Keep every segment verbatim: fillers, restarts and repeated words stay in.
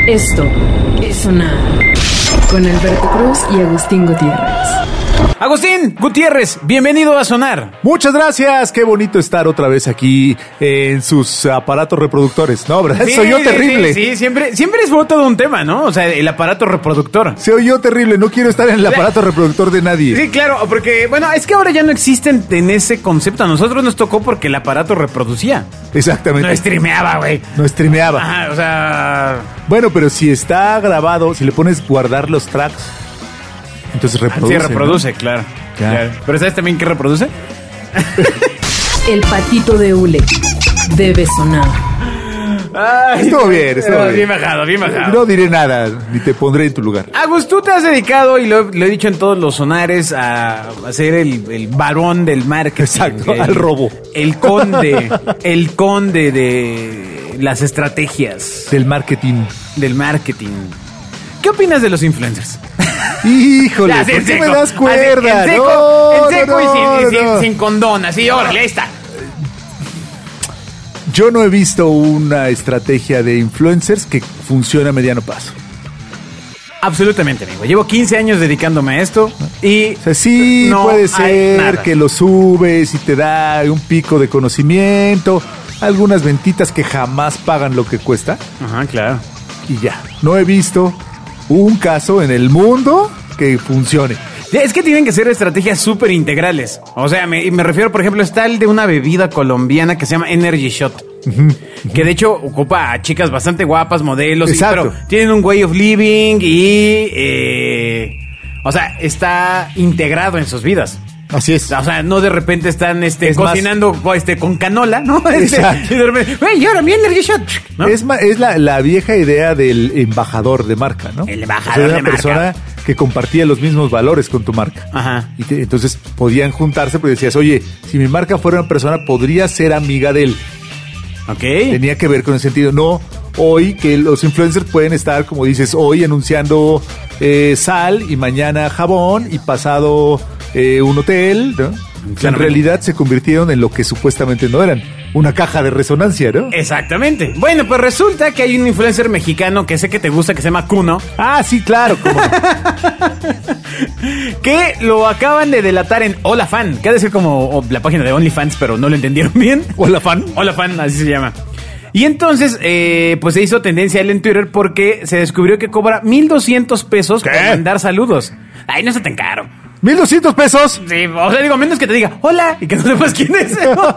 Esto es Sonar con Alberto Cruz y Agustín Gutiérrez. Agustín Gutiérrez, bienvenido a Sonar. Muchas gracias, qué bonito estar otra vez aquí en sus aparatos reproductores, ¿no? ¿Verdad? Sí, Se oyó sí, terrible. Sí, sí, siempre, siempre es todo un tema, ¿no? O sea, el aparato reproductor. Se oyó terrible, no quiero estar en el aparato reproductor de nadie. Sí, claro, porque, bueno, es que ahora ya no existen en ese concepto. A nosotros nos tocó porque el aparato reproducía. Exactamente. No streameaba, güey. No streameaba. Ajá, o sea... Bueno, pero si está grabado, si le pones guardar los tracks, entonces reproduce. Sí, reproduce, ¿no? claro, Ya. claro. ¿Pero sabes también qué reproduce? El patito de hule debe sonar. Ay, Estuvo bien, estuvo bien. bien. Bien bajado, bien bajado. No diré nada, ni te pondré en tu lugar. Agus, tú te has dedicado, y lo, lo he dicho en todos los sonares, a, a ser el, el varón del marketing. Exacto, el, al robo. El conde, el conde de las estrategias Del marketing. del marketing. ¿Qué opinas de los influencers? Híjole, Ya, sí, ¿por en qué seco. me das cuerda? Así, en seco, No, en seco no, y sin, no, y sin, no. sin condón, así, órale, ahí está. Yo no he visto una estrategia de influencers que funcione a mediano plazo. Absolutamente, amigo. Llevo quince años dedicándome a esto y... O sea, sí, no puede hay ser nada. que lo subes y te da un pico de conocimiento, algunas ventitas que jamás pagan lo que cuesta Ajá, claro. y ya. No he visto un caso en el mundo que funcione. Es que tienen que ser estrategias súper integrales. O sea, me, me refiero, por ejemplo, está el de una bebida colombiana que se llama Energy Shot. Que de hecho ocupa a chicas bastante guapas, modelos. Y, Exacto. pero tienen un way of living y... Eh, o sea, está integrado en sus vidas. Así es. O sea, no de repente están este, Es más- cocinando este, con canola, ¿no? Este, Exacto. y de repente, güey, y ahora mi Energy Shot, ¿no? Es, ma- es la, la vieja idea del embajador de marca, ¿no? El embajador O sea, de una marca. persona que compartía los mismos valores con tu marca. Ajá. Y te- entonces podían juntarse porque decías, oye, si mi marca fuera una persona, podría ser amiga de él. Ok. Tenía que ver con el sentido, no hoy que los influencers pueden estar, como dices, hoy anunciando eh, sal y mañana jabón y pasado eh, un hotel, ¿no? O sea, en realidad se convirtieron en lo que supuestamente no eran, una caja de resonancia, ¿no? Exactamente. Bueno, pues resulta que hay un influencer mexicano que sé que te gusta, que se llama Kuno, Ah, sí, claro, cómo no. que lo acaban de delatar en Hola Fan, que ha de ser como o, la página de OnlyFans, pero no lo entendieron bien. Hola, fan. Hola Fan, así se llama. Y entonces, eh, pues se hizo tendencia él en Twitter porque se descubrió que cobra mil doscientos pesos ¿Qué? por mandar saludos. Ay, no está tan caro. mil doscientos pesos. Sí, o sea, digo, menos que te diga hola y que no sepas quién es.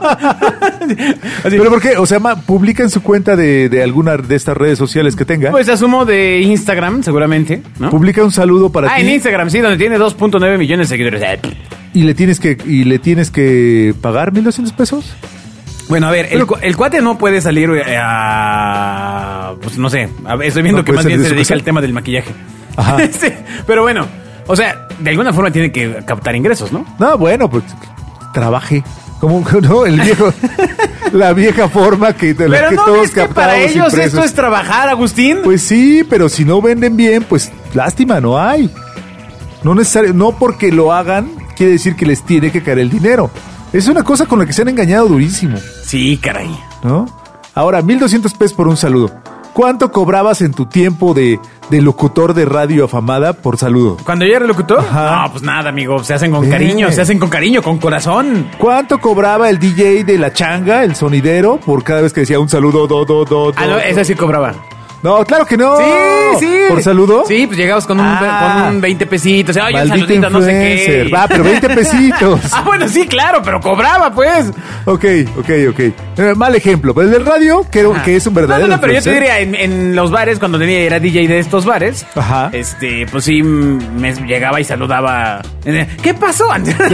Así. ¿Pero por qué? O sea, ma, publica en su cuenta de, de alguna de estas redes sociales que tenga. Pues asumo de Instagram, seguramente, ¿no? Publica un saludo para Ah, ti en Instagram, sí, donde tiene dos punto nueve millones de seguidores. Eh, y le tienes que y le tienes que pagar mil doscientos pesos. Bueno, a ver, el, cu- el cuate no puede salir eh, a... Pues no sé, a ver, estoy viendo ¿No que puede más salir bien de se su dedica casa? al tema del maquillaje. Ajá. Sí, pero bueno, o sea, de alguna forma tiene que captar ingresos, ¿no? No, bueno, pues trabaje. Como no, el viejo, la vieja forma que de la Pero que no todos ves que para captábamos ellos impresos. esto es trabajar, Agustín. Pues sí, pero si no venden bien, pues lástima, no hay. No necesario, no porque lo hagan quiere decir que les tiene que caer el dinero. Es una cosa con la que se han engañado durísimo, Sí, caray. ¿no? Ahora, mil doscientos pesos por un saludo. ¿Cuánto cobrabas en tu tiempo de, de locutor de radio afamada por saludo? ¿Cuando yo era locutor? Ajá. No, pues nada, amigo. Se hacen con Eh. cariño, se hacen con cariño, con corazón. ¿Cuánto cobraba el D J de la changa, el sonidero, por cada vez que decía un saludo, do, do, do, Ah, do, no, do? ese sí cobraba. No, claro que no. Sí, sí. ¿Por saludo? Sí, pues llegabas con un, Ah. con un veinte pesitos. Oye, un Maldito saludito, no sé qué. influencer. Va, pero veinte pesitos. Ah, bueno, sí, claro, pero cobraba, pues. Ok, ok, ok. Eh, mal ejemplo, pero el del radio, que, Ajá. que es un verdadero No, no, no, pero yo te influencer. diría, en, en los bares, cuando tenía, era D J de estos bares, Ajá. este, pues sí, mm, me llegaba y saludaba. ¿Qué pasó?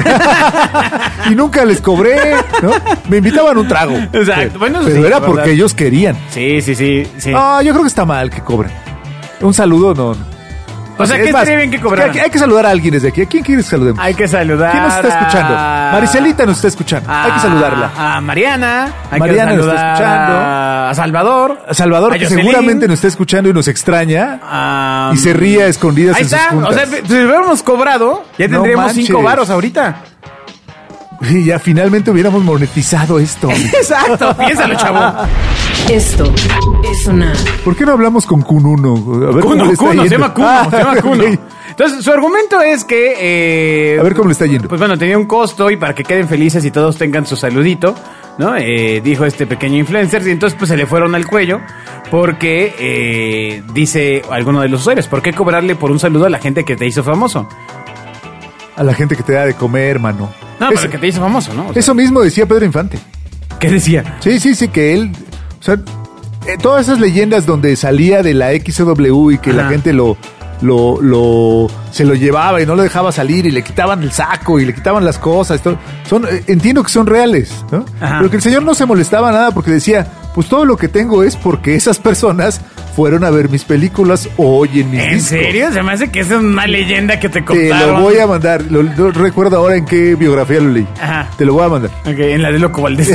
Y nunca les cobré, ¿no? Me invitaban un trago. Exacto. Bueno, eso pero sí, era la porque verdad. ellos querían. Sí, sí, sí, sí. No, yo creo que está mal que cobren. Un saludo, no. O sea, es que más, estaría bien que cobraran. Hay, hay que saludar a alguien desde aquí. ¿A quién quieres que saludemos? Hay que saludar. ¿Quién nos está escuchando? a- Maricelita nos está escuchando. hay que saludarla. A Mariana. Hay Mariana que nos está saludar escuchando. A, a Salvador. A Salvador, a que Jocelyn. seguramente nos está escuchando y nos extraña. a- Y se ríe a escondidas Ahí en sus está. juntas. O sea, si hubiéramos cobrado, ya No tendríamos manches. cinco varos ahorita. Y ya finalmente hubiéramos monetizado esto. Exacto, piénsalo, chavo. Esto es sonar. ¿Por qué no hablamos con Kun uno? A ver cómo Kuno, le está Kuno, yendo. se llama Kuno, Ah, se llama Kuno. ok. Entonces, su argumento es que... eh, A ver cómo le está yendo. Pues bueno, tenía un costo y para que queden felices y todos tengan su saludito, ¿no? Eh, dijo este pequeño influencer y entonces pues se le fueron al cuello porque eh, dice alguno de los usuarios, ¿por qué cobrarle por un saludo a la gente que te hizo famoso? A la gente que te da de comer, mano. No, Eso- pero que te hizo famoso, ¿no? O sea, Eso mismo decía Pedro Infante. ¿qué decía? Sí, sí, sí, que él... O sea, eh, todas esas leyendas donde salía de la X W y que la Ajá. gente lo... Lo, lo, se lo llevaba y no lo dejaba salir y le quitaban el saco y le quitaban las cosas. Todo, son, eh, entiendo que son reales, ¿no? Ajá. Pero que el señor no se molestaba nada porque decía, pues todo lo que tengo es porque esas personas fueron a ver mis películas o oyen mis ¿En discos. serio? Se me hace que esa es una leyenda que te Te contaron. lo voy a mandar. Lo, no recuerdo ahora en qué biografía lo leí. Ajá. Te lo voy a mandar. Ok, en la de Loco Valdés.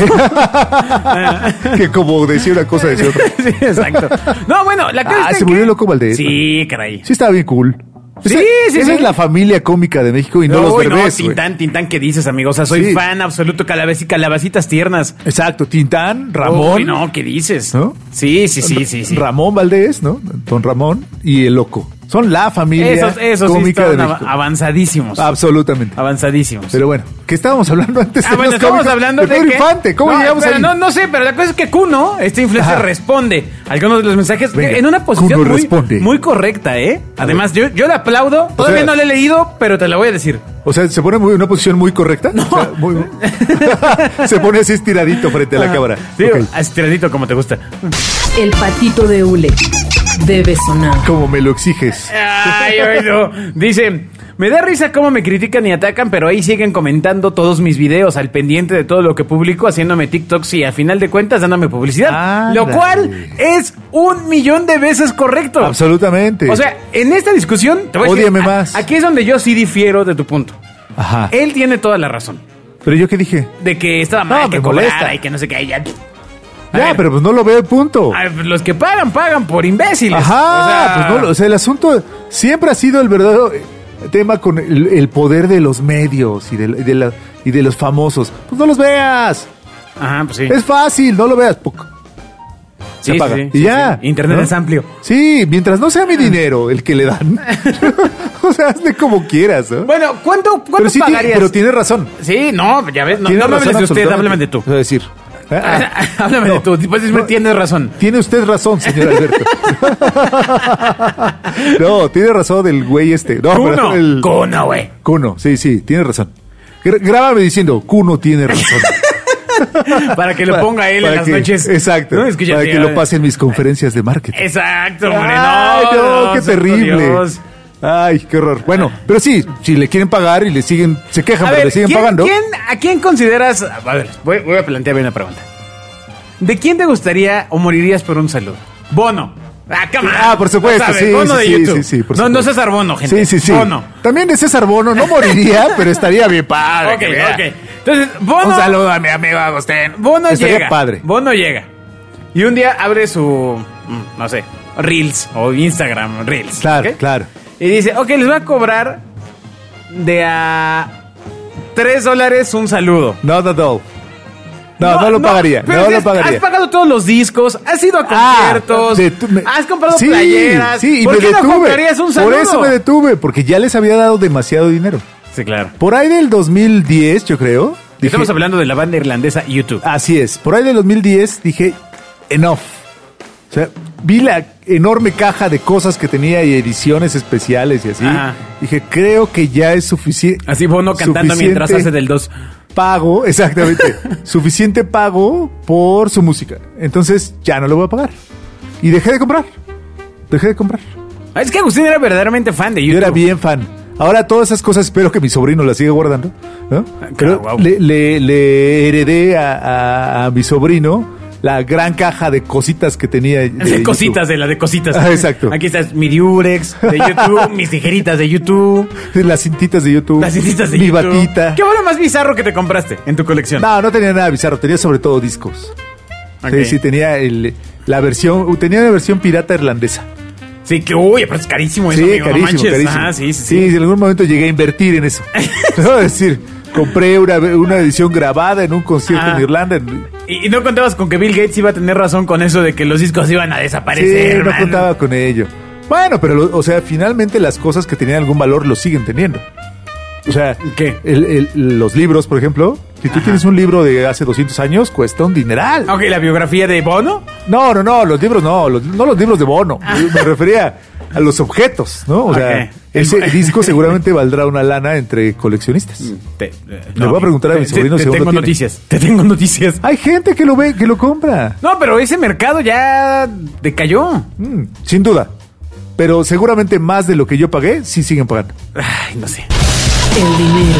Que como decía una cosa, decía otra. Sí, exacto. No, bueno, la cosa Ah, está se en murió que- Loco Valdés. Sí, caray. Sí, estaba bien cool. Sí, Esa- sí, Esa sí. es la familia cómica de México y no los Uy, no, Derbez, güey. Tintán, Tintán, ¿qué dices, amigo? O sea, soy Sí. fan absoluto, calabaz y calabacitas tiernas. Exacto, Tintán, Ramón. Uy, no, ¿qué dices? ¿No? Sí, sí, sí, sí, sí. Ramón Valdés, ¿no? Don Ramón y el Loco. Son la familia Esos, esos sí cómica de estaban México. av- avanzadísimos. Absolutamente. Avanzadísimos. Pero bueno, ¿qué estábamos hablando antes? Ah, de bueno, los estamos cómicos? hablando de, Pedro que... Infante. ¿Cómo no, llegamos pero ahí? No, no sé, pero la cosa es que Kuno, este influencer, Ajá. responde a algunos de los mensajes Venga, en una posición Kuno muy, responde. muy correcta, ¿eh? Además, yo, yo le aplaudo. Todavía sea- no le he leído, pero te la voy a decir. O sea, ¿se pone en una posición muy correcta? O sea, muy- se pone así estiradito frente a la cámara. Sí, Ok. estiradito como te gusta. El patito de hule debe sonar. Como me lo exiges. Ay, ay, no. Dice, me da risa cómo me critican y atacan, pero ahí siguen comentando todos mis videos, al pendiente de todo lo que publico, haciéndome TikToks y a final de cuentas dándome publicidad. Lo Ándale. cual es un millón de veces correcto. Absolutamente. O sea, en esta discusión, te voy a decir, Ódiame a- más. Aquí es donde yo sí difiero de tu punto. Ajá. Él tiene toda la razón. Pero yo qué dije. De que estaba mal, No, que me cobrara molesta. y que no sé qué. Ya, A Ya, ver. pero pues no lo veo, punto. Ay, pues los que pagan, pagan por imbéciles. Ajá, O sea, pues no, lo- o sea, el asunto siempre ha sido el verdadero eh, tema con el, el poder de los medios y de, de la- y de los famosos. Pues no los veas. Ajá, pues sí. Es fácil, no lo veas. Puc. Se Sí, apaga. sí, y sí, ya. sí. Internet ¿no? es amplio. Sí, mientras no sea mi dinero el que le dan. O sea, hazle como quieras, ¿no? Bueno, ¿cuánto, cuánto pero sí, ti- pagarías? pero tienes razón. Sí, no, ya ves. No, Tiene no me razón hables de usted, absolutamente. háblame de tú. O sea, decir. ah, ah, háblame no. de tú. Después dices, No. tienes razón. Tiene usted razón, señor Alberto. No, tiene razón el güey este. No, Cuno. pero el... Cuno, güey. Cuno, sí, sí, tiene razón. Gra- Grábame diciendo, Cuno tiene razón. Para que lo Para- ponga él en para las que- noches. Exacto. No, escúchate, para que a lo ver. pase en mis conferencias de marketing. Exacto, hombre. Ay, no, no, qué santo terrible. Dios. Ay, qué horror. Bueno, pero sí, si le quieren pagar y le siguen, se quejan, A pero ver, le siguen ¿quién- pagando. quién- ¿a quién consideras? A ver, voy, voy a plantear una pregunta. ¿De quién te gustaría o morirías por un saludo? Bono. Ah, come on. Ah, por supuesto, No sabes, sí, Bono sí, de sí, YouTube. sí, sí, por no, no supuesto. César Bono, gente. Sí, sí, sí. Bono. También de César Bono no moriría, pero estaría bien padre. Ok, que vea. ok. Entonces, Bono. Un saludo a mi amigo Agustín. Bono Estaría llega. padre. Bono llega. Y un día abre su, mm, no sé, Reels o Instagram Reels. Claro, ¿ok? claro. Y dice, ok, les voy a cobrar de a tres dólares un saludo. No, no, no. No, no, lo pagaría. pero No si lo has- pagaría. Has pagado todos los discos, has ido a Ah, conciertos, detu- me- has comprado Sí, playeras. Sí, y ¿Por me qué no detuve. comprarías un saludo? Por eso me detuve, porque ya les había dado demasiado dinero. Sí, claro. Por ahí del dos mil diez, yo creo. dije- Estamos hablando de la banda irlandesa YouTube. Así es. Por ahí del dos mil diez dije, enough. O sea, vi la enorme caja de cosas que tenía y ediciones especiales y así. Ajá. Dije, creo que ya es suficiente. Así Bono cantando mientras hace del dos. Pago, exactamente. Suficiente pago por su música. Entonces ya no lo voy a pagar. Y dejé de comprar. Dejé de comprar. Ah, es que Agustín era verdaderamente fan de YouTube. Yo era bien fan. Ahora todas esas cosas espero que mi sobrino las siga guardando, ¿no? Pero wow. le, le- le heredé a, a- a mi sobrino la gran caja de cositas que tenía. De De cositas, YouTube. de la de cositas. Ah, exacto. Aquí está mi Durex de YouTube, mis tijeritas de YouTube, Las cintitas de YouTube. las cintitas de mi YouTube. batita. ¿Qué fue lo más bizarro que te compraste en tu colección? No, no tenía nada bizarro, tenía sobre todo discos. Ok. Sí, sí, tenía el, la versión, tenía una versión pirata irlandesa. Sí, que uy, pero es carísimo eso, Sí, amigo, no carísimo, manches. carísimo. Ajá, sí, sí, Sí, sí. en algún momento llegué a invertir en eso. Debo decir, compré una, una edición grabada en un concierto Ah. en Irlanda. Y, y no contabas con que Bill Gates iba a tener razón con eso de que los discos iban a Sí, desaparecer, no mano. contaba con ello. Bueno, pero, lo- o sea, finalmente las cosas que tenían algún valor los siguen teniendo. O sea, ¿Qué? el- el- los libros, por ejemplo, si tú tienes un libro de hace doscientos años, cuesta un dineral. Ok, la biografía de Bono. No, no, no, los libros no, los- no los libros de Bono. Me refería a los objetos, ¿no? O sea, Ok. ese disco seguramente valdrá una lana entre coleccionistas. Te, eh, Le voy a preguntar a mi te- sobrino te, si te aún lo tengo tiene. noticias. Te tengo noticias. Hay gente que lo ve, que lo compra. No, pero ese mercado ya decayó. Mm, sin duda. Pero seguramente más de lo que yo pagué, sí siguen pagando. Ay, no sé. El dinero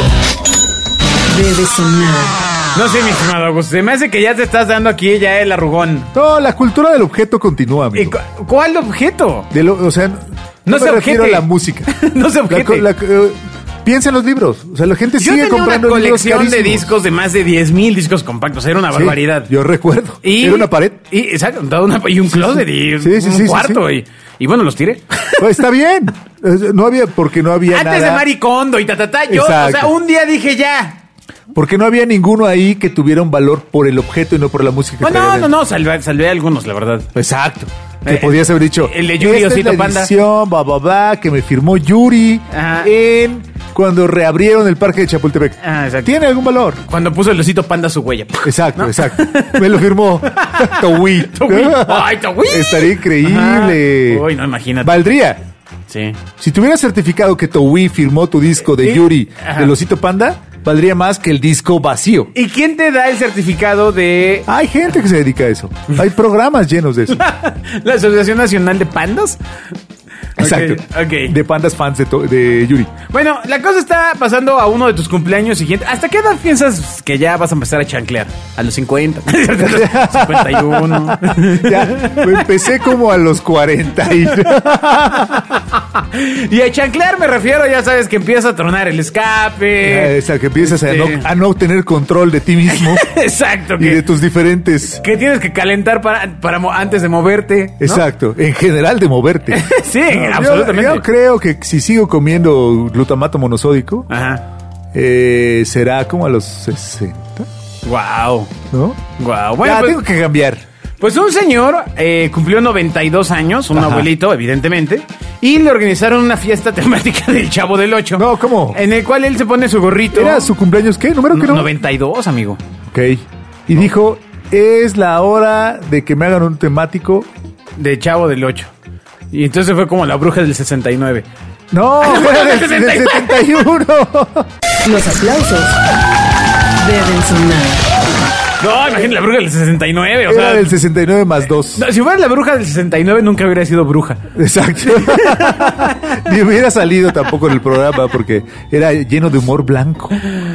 debe sonar. No sé, mi estimado Augusto. Se me hace que ya te estás dando aquí ya el arrugón. No, la cultura del objeto continúa, ¿Y amigo. cu- ¿Cuál objeto? De lo- o sea, no, No se me refiero objete. a la música. No se La co- objete. la- eh, piensa en los libros. O sea, la gente Yo sigue tenía una comprando libros colección de carísimos. discos de más de diez mil discos compactos. Era una Sí, barbaridad. yo recuerdo. Y, Era una pared. Y, exacto, toda una- y un closet y Sí, sí, un sí, sí, cuarto. Y, y bueno, los tiré. Pues está bien. Eh, No había, porque no había Antes nada. de Maricondo y ta, ta, ta, yo, o Exacto. sea, un día dije ya. Porque no había ninguno ahí que tuviera un valor por el objeto y no por la música que Oh, traía no, no, dentro. no, salvé, salvé algunos, la verdad. Exacto. Que Eh, podías haber dicho. el de Yuri "Esta es Osito la Panda". edición, bla, bla, bla, que me firmó Yuri Ajá. en cuando reabrieron el parque de Chapultepec. Ah, exacto. Tiene algún valor. Cuando puso el osito panda su huella. Exacto, ¿No? exacto. Me lo firmó Towi. Towi. Ay, Towi. Estaría increíble. Ajá. Uy, no, imagínate. Valdría. Sí. Si tuviera certificado que Towi firmó tu disco de Sí. Yuri Ajá. del Osito Panda, valdría más que el disco vacío. ¿Y quién te da el certificado de Hay gente que se dedica a eso. Hay programas llenos de eso. la Asociación Nacional de Pandas? Exacto. Ok, ok. De pandas fans de, to- de Yuri. Bueno, la cosa está pasando a uno de tus cumpleaños siguientes. ¿Hasta qué edad piensas que ya vas a empezar a chanclear? A los cincuenta. cincuenta y uno. Ya, empecé como a los cuarenta y... Y a chanclear me refiero, ya sabes, que empieza a tronar el escape. O sea, que empiezas a, Este- no, a no tener control de ti mismo Exacto. y de Que, tus diferentes... que tienes que calentar para, para mo- antes de moverte. ¿no? Exacto, en general de moverte. Sí, No, absolutamente. Yo, yo creo que si sigo comiendo glutamato monosódico, Ajá. eh, será como a los sesenta, Wow. ¿no? Wow. Bueno, ya, pues, tengo que cambiar. pues un señor eh, cumplió noventa y dos años, un Ajá. abuelito, evidentemente, y le organizaron una fiesta temática del Chavo del Ocho. No, ¿cómo? En el cual él se pone su gorrito. ¿Era su cumpleaños qué? ¿Número que no? noventa y dos, amigo. Ok. Y dijo, es la hora de que me hagan un temático. De Chavo del Ocho. Y entonces fue como la bruja del sesenta y nueve. No, era del, del sesenta y nueve. setenta y uno. Los aplausos deben sonar. No, imagínate la bruja del sesenta y nueve. O Era sea, del sesenta y nueve más dos. no, si fuera la bruja del sesenta y nueve nunca hubiera sido bruja. Exacto. Ni hubiera salido tampoco en el programa porque era lleno de humor blanco.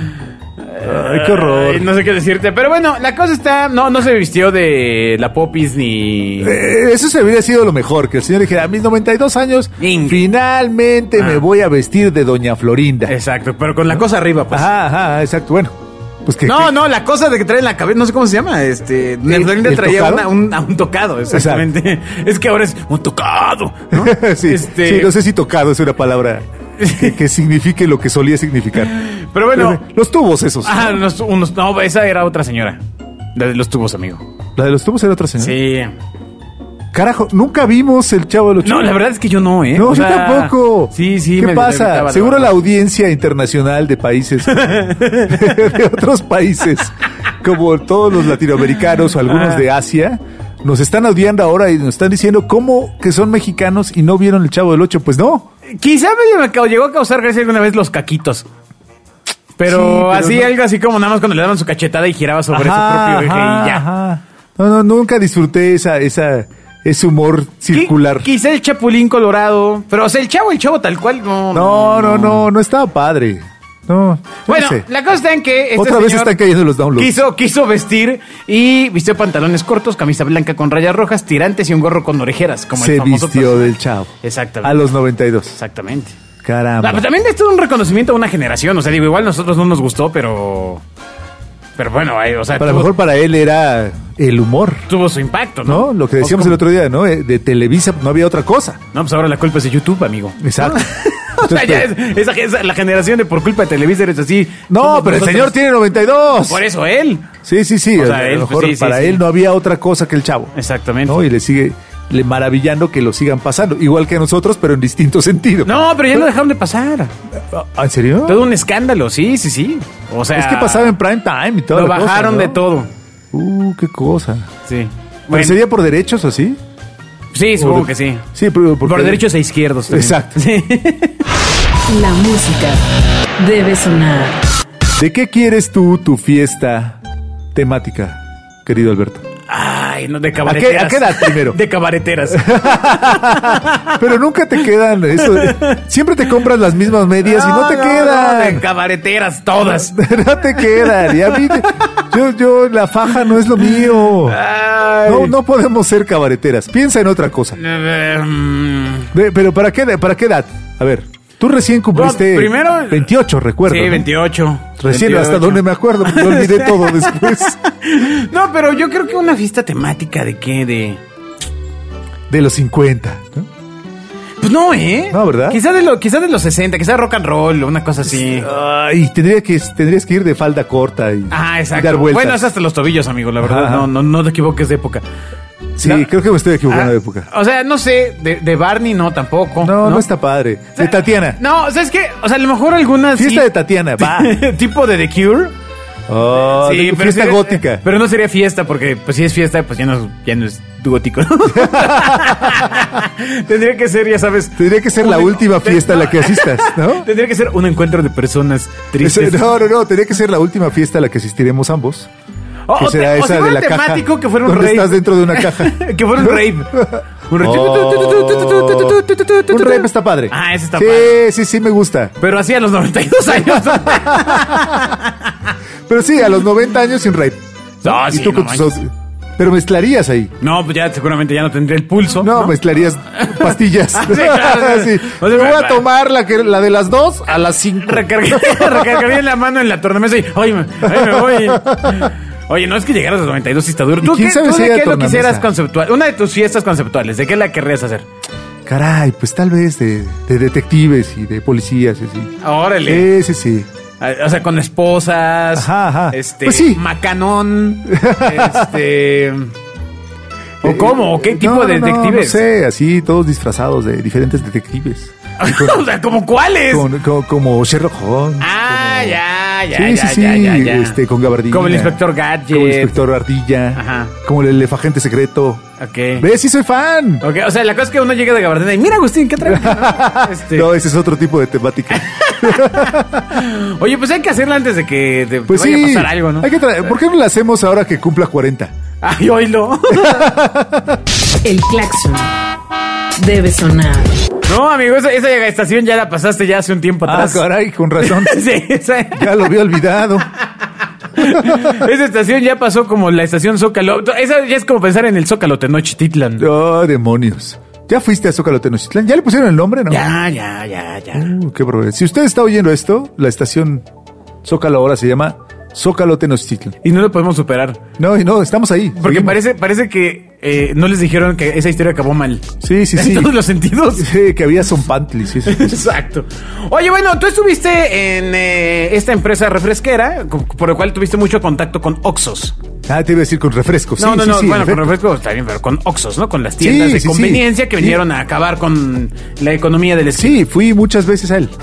Ay, qué horror. Ay, no sé qué decirte. Pero bueno, la cosa está. No, no se vistió de la popis ni. Eh, Eso se hubiera sido lo mejor, que el señor dijera, a mis noventa y dos años, Ing. finalmente Ah. me voy a vestir de Doña Florinda. Exacto, pero con la cosa arriba, pues. Ajá, ajá, exacto. Bueno, pues que... No, que- no, la cosa de que trae en la cabeza, no sé cómo se llama. Este, Doña Florinda el traía tocado? una- un, a un tocado, exactamente. Es que ahora es un tocado, ¿no? sí, Este- sí, no sé si tocado es una palabra que, que signifique lo que solía significar. Pero bueno. Los tubos esos. Ah, ¿no? unos, unos- no, esa era otra señora. La de los tubos, amigo. La de los tubos era otra señora. Sí. Carajo, nunca vimos el Chavo de los No, Ocho. la verdad es que yo no, ¿eh? No, O yo sea, tampoco. Sí, sí. ¿Qué me pasa? derritaba, Seguro la verdad. audiencia internacional de países, de otros países, como todos los latinoamericanos o algunos Ah. de Asia, nos están odiando ahora y nos están diciendo cómo que son mexicanos y no vieron el Chavo del Ocho. Pues no. Quizá medio me ca- llegó a causar gracia alguna vez los caquitos. Pero, Sí, pero así, no- algo así como nada más cuando le daban su cachetada y giraba sobre Ajá, su propio eje ajá, y ya. ajá. No, no, nunca disfruté esa, esa, ese humor circular. Qui- Quizá el Chapulín Colorado. Pero, o sea, el chavo, el chavo tal cual, no. No, no, no, no estaba padre. No. Bueno, no sé. la cosa está en que este Otra vez señor están cayendo los downloads. quiso, quiso vestir y vistió pantalones cortos, camisa blanca con rayas rojas, tirantes y un gorro con orejeras, como Se el famoso vistió personaje. del Chavo. Exactamente. A los noventa y dos. Exactamente. Caramba. Ah, pero también esto es un reconocimiento a una generación. O sea, digo, igual a nosotros no nos gustó, pero. Pero bueno, ahí, o sea, A lo tuvo, mejor para él era el humor, tuvo su impacto, ¿no? ¿no? Lo que decíamos Pues, el otro día, ¿no? Eh, De Televisa no había otra cosa. No, pues ahora la culpa es de YouTube, amigo. Exacto. O sea, ya es, esa, esa- la generación de por culpa de Televisa es así. No, Somos pero el nosotros. señor tiene noventa y dos. Por eso él. Sí, sí, sí. O sea, a él, lo pues, mejor sí, sí, para sí. él no había otra cosa que el chavo. Exactamente. ¿No? Y le sigue le maravillando que lo sigan pasando. Igual que a nosotros, pero en distinto sentido. No, pero ya lo dejaron de pasar. ¿Ah, ¿En serio? Todo un escándalo, sí, sí, sí. O sea, Es que pasaba en prime time y todo. lo bajaron de todo. Uh, qué cosa. Sí. ¿Pero Bueno, sería por derechos o así? sí, supongo Por- que sí. Sí, pero Por porque- derechos e izquierdos. también. Exacto. Sí. La música debe sonar. ¿De qué quieres tú tu fiesta temática, querido Alberto? Ay, no, de ¿A qué, cabareteras. a qué edad primero? De cabareteras. Pero nunca te quedan eso. Siempre te compras las mismas medias y no te no, quedan. de cabareteras, todas. No te quedan. Y a mí, yo, yo, la faja no es lo mío. Ay. No, no podemos ser cabareteras. Piensa en otra cosa. Eh, mm, Ve, Pero ¿para qué, ¿para qué edad? A ver, tú recién cumpliste Bueno, primero- veintiocho, recuerdo. Sí, ¿no? veintiocho. Recién, hasta veintiocho. donde me acuerdo, porque yo olvidé todo después. No, pero yo creo que una fiesta temática de qué, de... De los cincuenta, ¿no? Pues no, ¿eh? No, ¿verdad? Quizás de, lo, quizá de los sesenta, quizás rock and roll, una cosa así. Ay, tendría que, tendrías que ir de falda corta y, Ah, y exacto. dar vueltas. Bueno, es hasta los tobillos, amigo, la verdad. Ajá. No, no, no te equivoques de época. Sí, No. creo que me estoy equivocando Ah, de época. O sea, no sé, de, de Barney no, tampoco. No, no, está padre. De Tatiana. No, o sea, es que, o sea, a lo mejor algunas. Fiesta sí- de Tatiana, va. tipo de The Cure. Oh, de- fiesta sería- gótica. Pero no sería fiesta, porque pues si es fiesta, pues ya no, ya no es gótico. Tendría que ser, ya sabes. Tendría que ser la un- última fiesta a la que asistas, ¿no? Tendría que ser un encuentro de personas tristes. Ese- no, no, no, tendría que ser la última fiesta a la que asistiremos ambos. O- Que o será te- o esa si de fuera la caja. temático, que fuera un donde rave. estás dentro de una caja. Que fuera un rave. Un rave. Oh, un rave está padre. Ah, ese está sí, padre. Sí, sí, me gusta. Pero así a los noventa y dos años. Pero sí, a los noventa años sin rave. No, Y sí, tú no con tus manches. ot- Pero mezclarías ahí. No, pues ya seguramente ya no tendría el pulso. No, mezclarías pastillas. Ah, sí, claro. Sí. O sea, Me voy a va- tomar la, que, la de las dos a las cinco. Recargaría, recargaría la mano en la tornamesa y ¡ay, me, ay, me voy! Oye, no es que llegaras a los noventa y dos y está duro. ¿Y ¿Tú, quién qué, sabe tú si de haya qué lo tornamesa? quisieras conceptual? Una de tus fiestas conceptuales, ¿de qué la querrías hacer? Caray, pues tal vez de, de detectives y de policías y así. Órale. Sí, sí, sí. O sea, con esposas. Ajá, ajá. Este, Pues sí. macanón. Este. ¿O cómo? ¿O qué Eh, tipo no, de no, detectives? No sé, así todos disfrazados de diferentes detectives. O sea, ¿como cuáles? Con- con- como Sherlock Holmes. Ah, como- ya, ya, sí, ya, sí, sí, ya, ya, ya. Este, con gabardina. Como el inspector Gadget. Como el inspector Ardilla. Ajá. Como el elefagente secreto. Ok. ¿Ves? Sí soy fan. Ok, o sea, la cosa es que uno llega de gabardina y mira, Agustín, ¿qué traes? Este, No, ese es otro tipo de temática. Oye, pues hay que hacerla antes de que te Pues vaya sí. a pasar algo, ¿no? Hay que tra- ¿Por qué no la hacemos ahora que cumpla cuarenta? Ay, oílo. El claxon debe sonar. No, amigo, esa, esa estación ya la pasaste ya hace un tiempo Ah, atrás. caray, con razón. Sí, esa, Ya lo había olvidado. esa estación ya pasó como la estación Zócalo. Esa ya es como pensar en el Zócalo Tenochtitlan. Oh, demonios. ¿Ya fuiste a Zócalo Tenochtitlán? ¿Ya le pusieron el nombre, no? Ya, ya, ya, ya. Uh, qué barbaridad. Si usted está oyendo esto, la estación Zócalo ahora se llama Zócalo Tenochtitlan. Y no lo podemos superar. No, y no, estamos ahí. Porque seguimos. parece, parece que eh, no les dijeron que esa historia acabó mal. Sí, sí, sí. En todos los sentidos. Sí, que había son pantlis. Sí, sí. Exacto. Oye, bueno, tú estuviste en eh, esta empresa refresquera, co- por lo cual tuviste mucho contacto con Oxxos. Ah, te iba a decir con refrescos. No, sí, no, sí, no, sí, bueno, en con efecto. refrescos está bien, pero con Oxxos, ¿no? Con las tiendas Sí, de sí, sí. conveniencia que Sí. vinieron a acabar con la economía del esquina. Sí, fui muchas veces a él.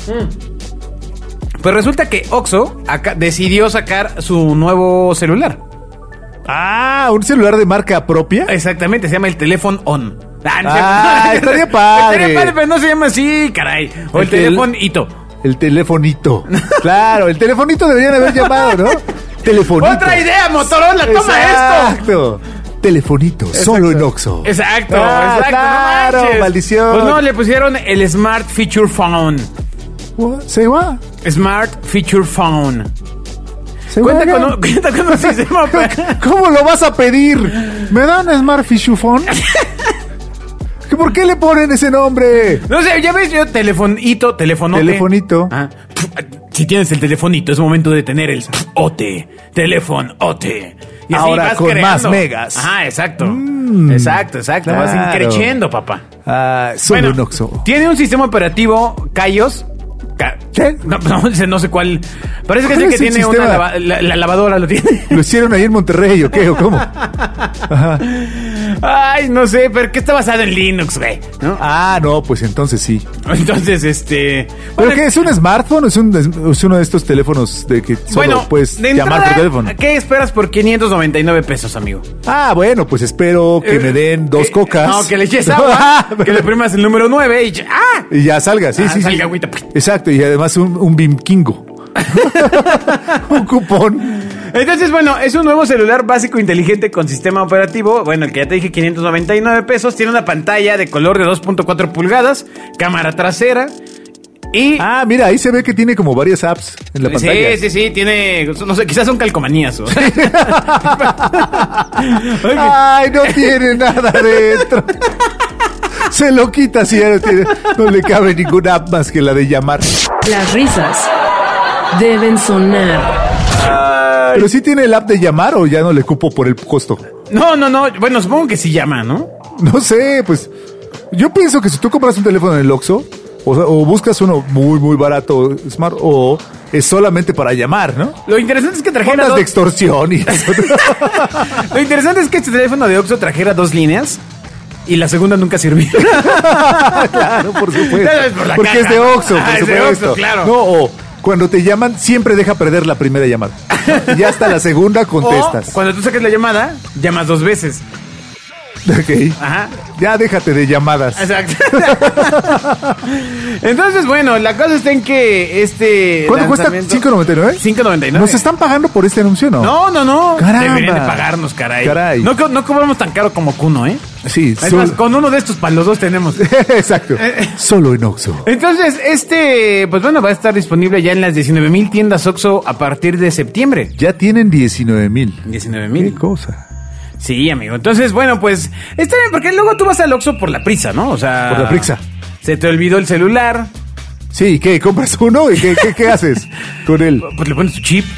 Pues resulta que Oxxo acá decidió sacar su nuevo celular. Ah, un celular de marca propia. Exactamente, se llama el teléfono On. Ah, no Ah, sé. estaría padre. Estaría padre, pero no se llama así, caray. O el, El tel- teléfono Hito. El telefonito. Claro, el telefonito deberían haber llamado, ¿no? Telefonito. ¡Otra idea, Motorola! ¡Toma esto! Exacto. Telefonito, solo en Oxxo. Exacto, Ah, exacto. claro, no manches. maldición. Pues no, le pusieron el Smart Feature Phone. What? ¿Se va? Smart Feature Phone. ¿Se Cuenta va? con, un- cuenta con un sistema operativo. ¿Cómo lo vas a pedir? ¿Me dan Smart Fisher Phone? ¿Que ¿Por qué le ponen ese nombre? No sé, ya ves yo, telefonito, telefonote. Telefonito. Ah, pf, si tienes el telefonito, es momento de tener el ote. Teléfono, ote. Y así ahora vas con creando. más megas. Ajá, exacto. Mm, exacto, exacto. Vas claro. increciendo, papá. Ah, solo Bueno, en Oxxo. tiene un sistema operativo Kaios. Ca- ¿Qué? No, no, no sé cuál. Parece que es ¿Cuál el que es el tiene una sistema? lava- la, la lavadora, lo tiene. ¿Lo hicieron ahí en Monterrey o qué? ¿O cómo? Ajá. Ay, no sé, pero que está basado en Linux, güey, ¿no? Ah, no, pues entonces sí. Entonces, este... ¿Pero bueno, qué? ¿Es un smartphone o es, un, es uno de estos teléfonos de que solo bueno, puedes de llamar entrada, por teléfono? ¿qué esperas por quinientos noventa y nueve pesos, amigo? Ah, bueno, pues espero que Eh, me den dos eh, cocas. No, que le eches agua, que le primas el número nueve y... ¡Ah! Y ya salga, sí, Ah, sí, sí. salga agüita. Exacto, y además un, un bimkingo. Un cupón. Entonces, bueno, es un nuevo celular básico inteligente con sistema operativo. Bueno, el que ya te dije, quinientos noventa y nueve pesos. Tiene una pantalla de color de dos punto cuatro pulgadas, cámara trasera y... Ah, mira, ahí se ve que tiene como varias apps en la pantalla. Sí, sí, sí, tiene... No sé, quizás son calcomanías. ¿O? Ay, no tiene nada dentro. Se lo quita si ya no tiene. No le cabe ninguna app más que la de llamar. Las risas deben sonar. Pero sí tiene el app de llamar o ya no le cupo por el costo. No, no, no. Bueno, supongo que sí llama, ¿no? No sé, pues. Yo pienso que si tú compras un teléfono en el Oxxo, o, sea, o buscas uno muy, muy barato, smart, o es solamente para llamar, ¿no? Lo interesante es que trajera Ondas dos... de extorsión y eso. Lo interesante es que este teléfono de Oxxo trajera dos líneas y la segunda nunca sirvió. Claro, por supuesto. Por la Porque caja. es de Oxxo, por Ah, es de supuesto. Oxxo, claro. No, o cuando te llaman, siempre deja perder la primera llamada. Y ya hasta la segunda contestas. O cuando tú saques la llamada, llamas dos veces. Ok. Ajá. Ya déjate de llamadas. Exacto. Entonces, bueno, la cosa está en que este ¿Cuánto cuesta? lanzamiento- ¿cinco noventa y nueve? cinco noventa y nueve. ¿Nos están pagando por este anuncio no? No, no, no. Caramba. Deberían de pagarnos, caray. Caray. No, co- no cobramos tan caro como Kuno, ¿eh? Sí, Es solo- más, con uno de estos para los dos tenemos. Exacto. Solo en Oxxo. Entonces, este, pues bueno, va a estar disponible ya en las diecinueve mil tiendas Oxxo a partir de septiembre. Ya tienen diecinueve mil. diecinueve Qué mil. cosa. Sí, amigo. Entonces, bueno, pues está bien, porque luego tú vas al Oxxo por la prisa, ¿no? O sea... Por la prisa. Se te olvidó el celular, Sí, ¿qué? ¿Compras uno? ¿Y qué, qué, qué haces con él? pues le pones tu chip.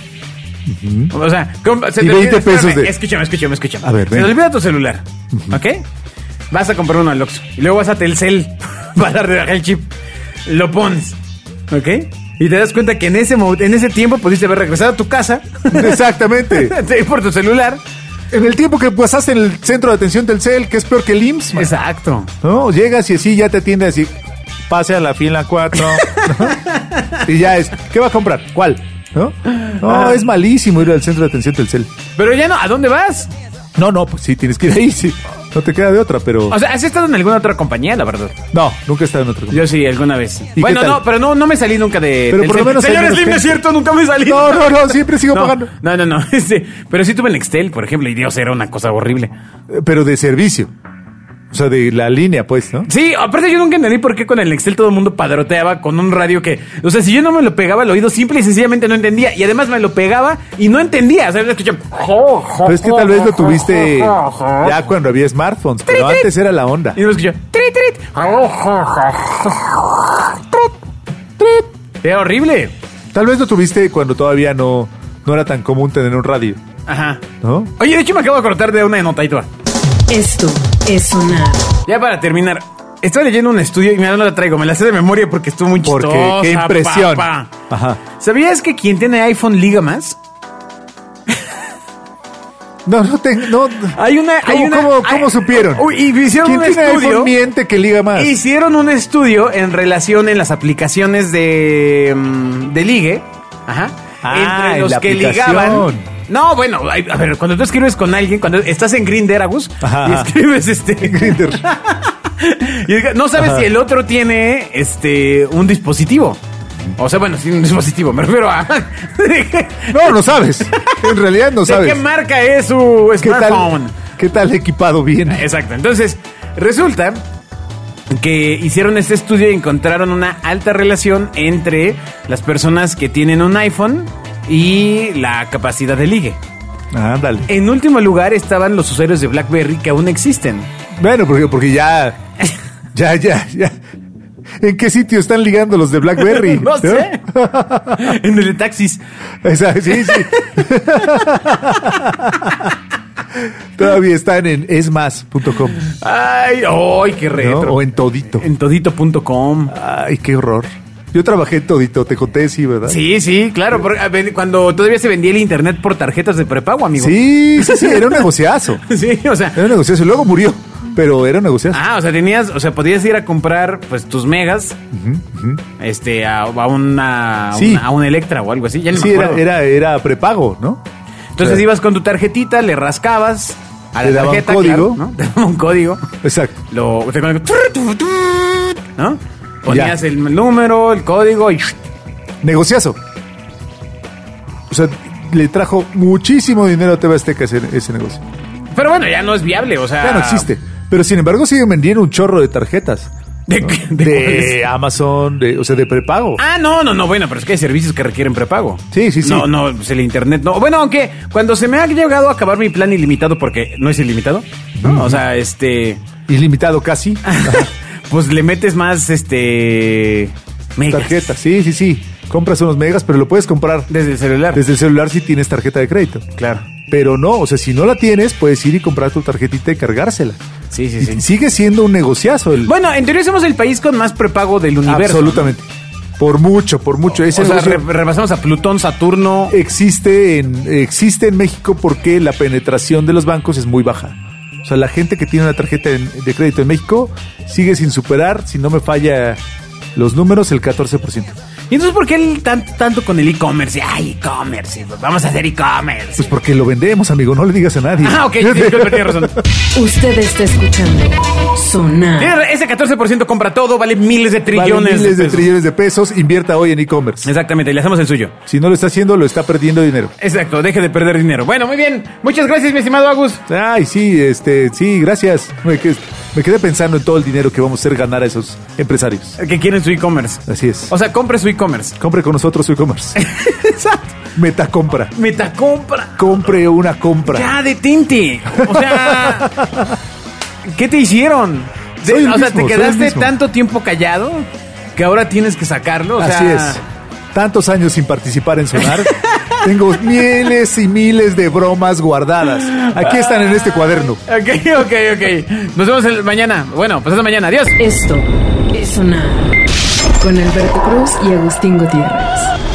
O sea, com- se Y te veinte olvida- pesos espérame, de- Escúchame, escúchame, escúchame. A ver, se ven. te olvida tu celular, ¿ok? Vas a comprar uno al Oxxo. Y luego vas a Telcel para rebajar el chip. Lo pones, ¿ok? Y te das cuenta que en ese, mo- en ese tiempo pudiste haber regresado a tu casa. Exactamente. Te ir por tu celular. En el tiempo que pasaste en el centro de atención Telcel, que es peor que el I M S S, man. Exacto. ¿No? Llegas y así ya te atiende así. Pase a la fila cuatro. Y ya es. ¿Qué va a comprar? ¿Cuál? ¿No? No, es malísimo ir al centro de atención Telcel. Pero ya no, ¿a dónde vas? No, no, pues sí, tienes que ir ahí, sí. No te queda de otra, pero... O sea, ¿has estado en alguna otra compañía, la verdad? No, nunca he estado en otra cosa. Yo sí, alguna vez. qué Bueno, tal? no, pero no, no me salí nunca de... Pero por Telcel. lo menos hay Señor menos Slim, no es gente. cierto, nunca me salí. No, no, no, siempre sigo no, pagando. No, no, no. Este, pero sí tuve Nextel, por ejemplo, y Dios, era una cosa horrible. Eh, Pero de servicio. O sea, de la línea, pues, ¿no? Sí, aparte yo nunca entendí por qué con el Nextel todo el mundo padroteaba con un radio que... O sea, si yo no me lo pegaba al oído, simple y sencillamente no entendía. Y además me lo pegaba y no entendía. O sea, yo escuchaba... Pero es que tal vez lo tuviste ya cuando había smartphones, pero antes era la onda. Y no escuchaba... Trit, trit. Era horrible. Tal vez lo tuviste cuando todavía no, no era tan común tener un radio, Ajá. ¿no? Oye, de hecho me acabo de acordar de una nota, ahí te va. Esto es sonar. Ya para terminar, estaba leyendo un estudio y mira, no la traigo, me la sé de memoria porque estuvo muy chistosa. Porque qué impresión. papá. Ajá. ¿Sabías que quien tiene iPhone liga más? No, no tengo, no. Hay una, hay ¿Cómo, una, cómo- cómo hay- supieron? Uy, y hicieron ¿Quién un tiene estudio. iPhone miente que liga más? Hicieron un estudio en relación en las aplicaciones de, mm, de ligue. Ajá. Ah, entre en los la que aplicación. ligaban. No, bueno, ay, a ver, cuando tú escribes con alguien, cuando estás en Grindr, Agus, Ajá, y ajá. escribes este. Grindr. y diga- no sabes si el otro tiene este un dispositivo. O sea, bueno, sí, un dispositivo, me refiero a. No, no sabes. En realidad no ¿De sabes. qué marca es su ¿Qué smartphone? tal, ¿Qué tal equipado bien? Exacto. Entonces, resulta que hicieron este estudio y encontraron una alta relación entre las personas que tienen un iPhone y la capacidad de ligue. Ándale. En último lugar estaban los usuarios de BlackBerry que aún existen. Bueno, porque, porque ya, ya, ya, ya. ¿En qué sitio están ligando los de BlackBerry? No sé. En el de taxis. Esa, sí, sí. Todavía están en esmas punto com. Ay, ay, qué retro. ¿No? O en Todito. En todito punto com. Ay, qué horror. Yo trabajé en Todito, te conté, sí, ¿verdad? Sí, sí, claro, porque, a ver, cuando todavía se vendía el internet por tarjetas de prepago, amigo. Sí, sí, sí, era un negociazo. Sí, o sea. Era un negociazo. Luego murió, pero era un negociazo. Ah, o sea, tenías, o sea, podías ir a comprar, pues, tus megas, Uh-huh, uh-huh. este, a, a una, a Sí. una, a un Electra o algo así, ya ni Sí, me era, acuerdo. era, era prepago, ¿no? Entonces o sea, ibas con tu tarjetita, le rascabas a Te la daba un tarjeta, código. claro, ¿no? Te daba un código. Exacto. Lo, te ¿no? Ponías Ya. el número, el código y... Negociazo. O sea, le trajo muchísimo dinero a T V Azteca ese, ese negocio. Pero bueno, ya no es viable, o sea... Ya no existe. Pero sin embargo siguen vendiendo un chorro de tarjetas. ¿De, ¿no? qué- de de cuáles? Amazon, de, o sea, de prepago. Ah, no, no, no, bueno, pero es que hay servicios que requieren prepago. Sí, sí, sí. No, no, pues el internet no. Bueno, aunque cuando se me ha llegado a acabar mi plan ilimitado, porque no es ilimitado, ¿no? O sea, este... Ilimitado casi. pues le metes más, este... megas. Tarjeta, sí, sí, sí. Compras unos megas, pero lo puedes comprar Desde el celular. desde el celular si tienes tarjeta de crédito. Claro. Pero no, o sea, si no la tienes, puedes ir y comprar tu tarjetita y cargársela. Sí, sí, Y sí. sigue siendo un negociazo. El, Bueno, en teoría somos el país con más prepago del universo. absolutamente. Por mucho, por mucho. Ese O sea, negocio re- rebasamos a Plutón, Saturno. existe en, existe en México porque la penetración de los bancos es muy baja. O sea, la gente que tiene una tarjeta en- de crédito en México sigue sin superar, si no me falla los números, el catorce por ciento. ¿Y entonces por qué el tanto, tanto con el e-commerce? Ay, e-commerce, vamos a hacer e-commerce. Pues porque lo vendemos, amigo, no le digas a nadie. Ah, ok, sí, disculpe, tiene razón. Usted está escuchando Sonar. Tiene- Ese catorce por ciento compra todo, vale miles de Vale trillones miles de pesos. trillones de pesos, invierta hoy en e-commerce. Exactamente, le hacemos el suyo. Si no lo está haciendo, lo está perdiendo dinero. Exacto, deje de perder dinero. Bueno, muy bien. Muchas gracias, mi estimado Agus. Ay, sí, este, sí, gracias. Me, que- me quedé pensando en todo el dinero que vamos a hacer ganar a esos empresarios. Que quieren su e-commerce. Así es. O sea, compre su e-commerce. Compre con nosotros su e-commerce. Exacto. Metacompra. Metacompra. Compre una compra. Ya, detente. O sea, ¿qué te hicieron? De- Soy el o sea, mismo, te soy el quedaste mismo. tanto tiempo callado que ahora tienes que sacarlo. O Así sea, es. Tantos años sin participar en Sonar. Tengo miles y miles de bromas guardadas. Aquí están en este cuaderno. Ok, ok, ok. Nos vemos el mañana. Bueno, pues hasta mañana. Adiós. Esto es Sonar con Alberto Cruz y Agustín Gutiérrez.